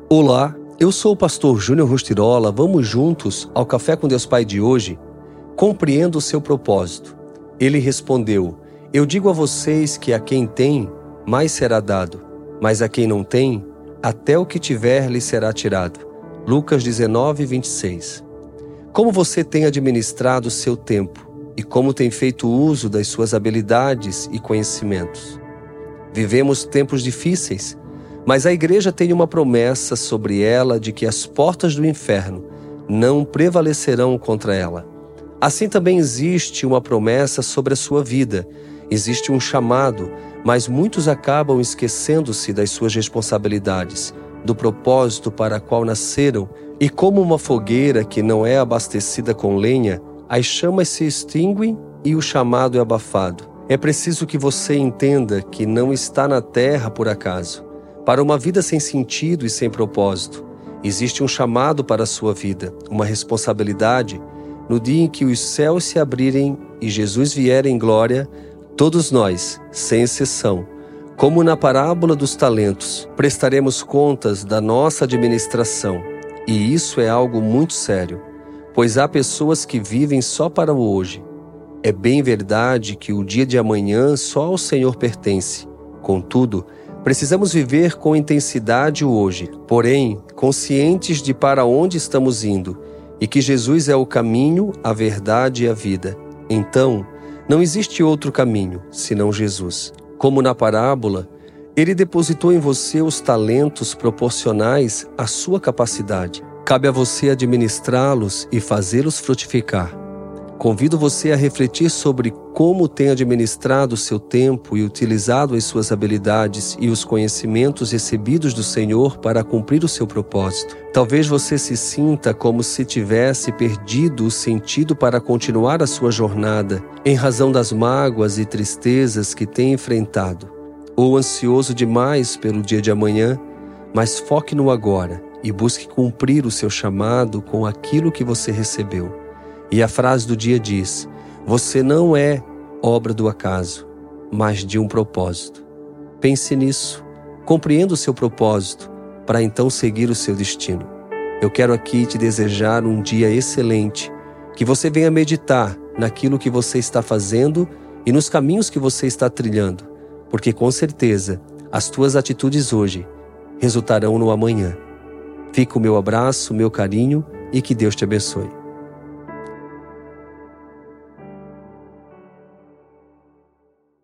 Olá, eu sou o pastor Júnior Rostirola. Vamos juntos ao Café com Deus Pai de hoje? Compreendo o seu propósito. Ele respondeu: Eu digo a vocês que a quem tem, mais será dado, mas a quem não tem, até o que tiver lhe será tirado. Lucas 19, 26. Como você tem administrado o seu tempo e como tem feito uso das suas habilidades e conhecimentos? Vivemos tempos difíceis, mas a igreja tem uma promessa sobre ela de que as portas do inferno não prevalecerão contra ela. Assim também existe uma promessa sobre a sua vida. Existe um chamado, mas muitos acabam esquecendo-se das suas responsabilidades, do propósito para qual nasceram, e como uma fogueira que não é abastecida com lenha, as chamas se extinguem e o chamado é abafado. É preciso que você entenda que não está na terra por acaso. Para uma vida sem sentido e sem propósito, existe um chamado para a sua vida, uma responsabilidade. No dia em que os céus se abrirem e Jesus vier em glória, todos nós, sem exceção, como na parábola dos talentos, prestaremos contas da nossa administração. E isso é algo muito sério, pois há pessoas que vivem só para o hoje. É bem verdade que o dia de amanhã só ao Senhor pertence. Contudo, precisamos viver com intensidade o hoje, porém, conscientes de para onde estamos indo e que Jesus é o caminho, a verdade e a vida. Então, não existe outro caminho, senão Jesus. Como na parábola, Ele depositou em você os talentos proporcionais à sua capacidade. Cabe a você administrá-los e fazê-los frutificar. Convido você a refletir sobre como tem administrado o seu tempo e utilizado as suas habilidades e os conhecimentos recebidos do Senhor para cumprir o seu propósito. Talvez você se sinta como se tivesse perdido o sentido para continuar a sua jornada, em razão das mágoas e tristezas que tem enfrentado, ou ansioso demais pelo dia de amanhã, mas foque no agora e busque cumprir o seu chamado com aquilo que você recebeu. E a frase do dia diz: você não é obra do acaso, mas de um propósito. Pense nisso, compreenda o seu propósito, para então seguir o seu destino. Eu quero aqui te desejar um dia excelente, que você venha meditar naquilo que você está fazendo e nos caminhos que você está trilhando, porque com certeza as tuas atitudes hoje resultarão no amanhã. Fica o meu abraço, meu carinho e que Deus te abençoe.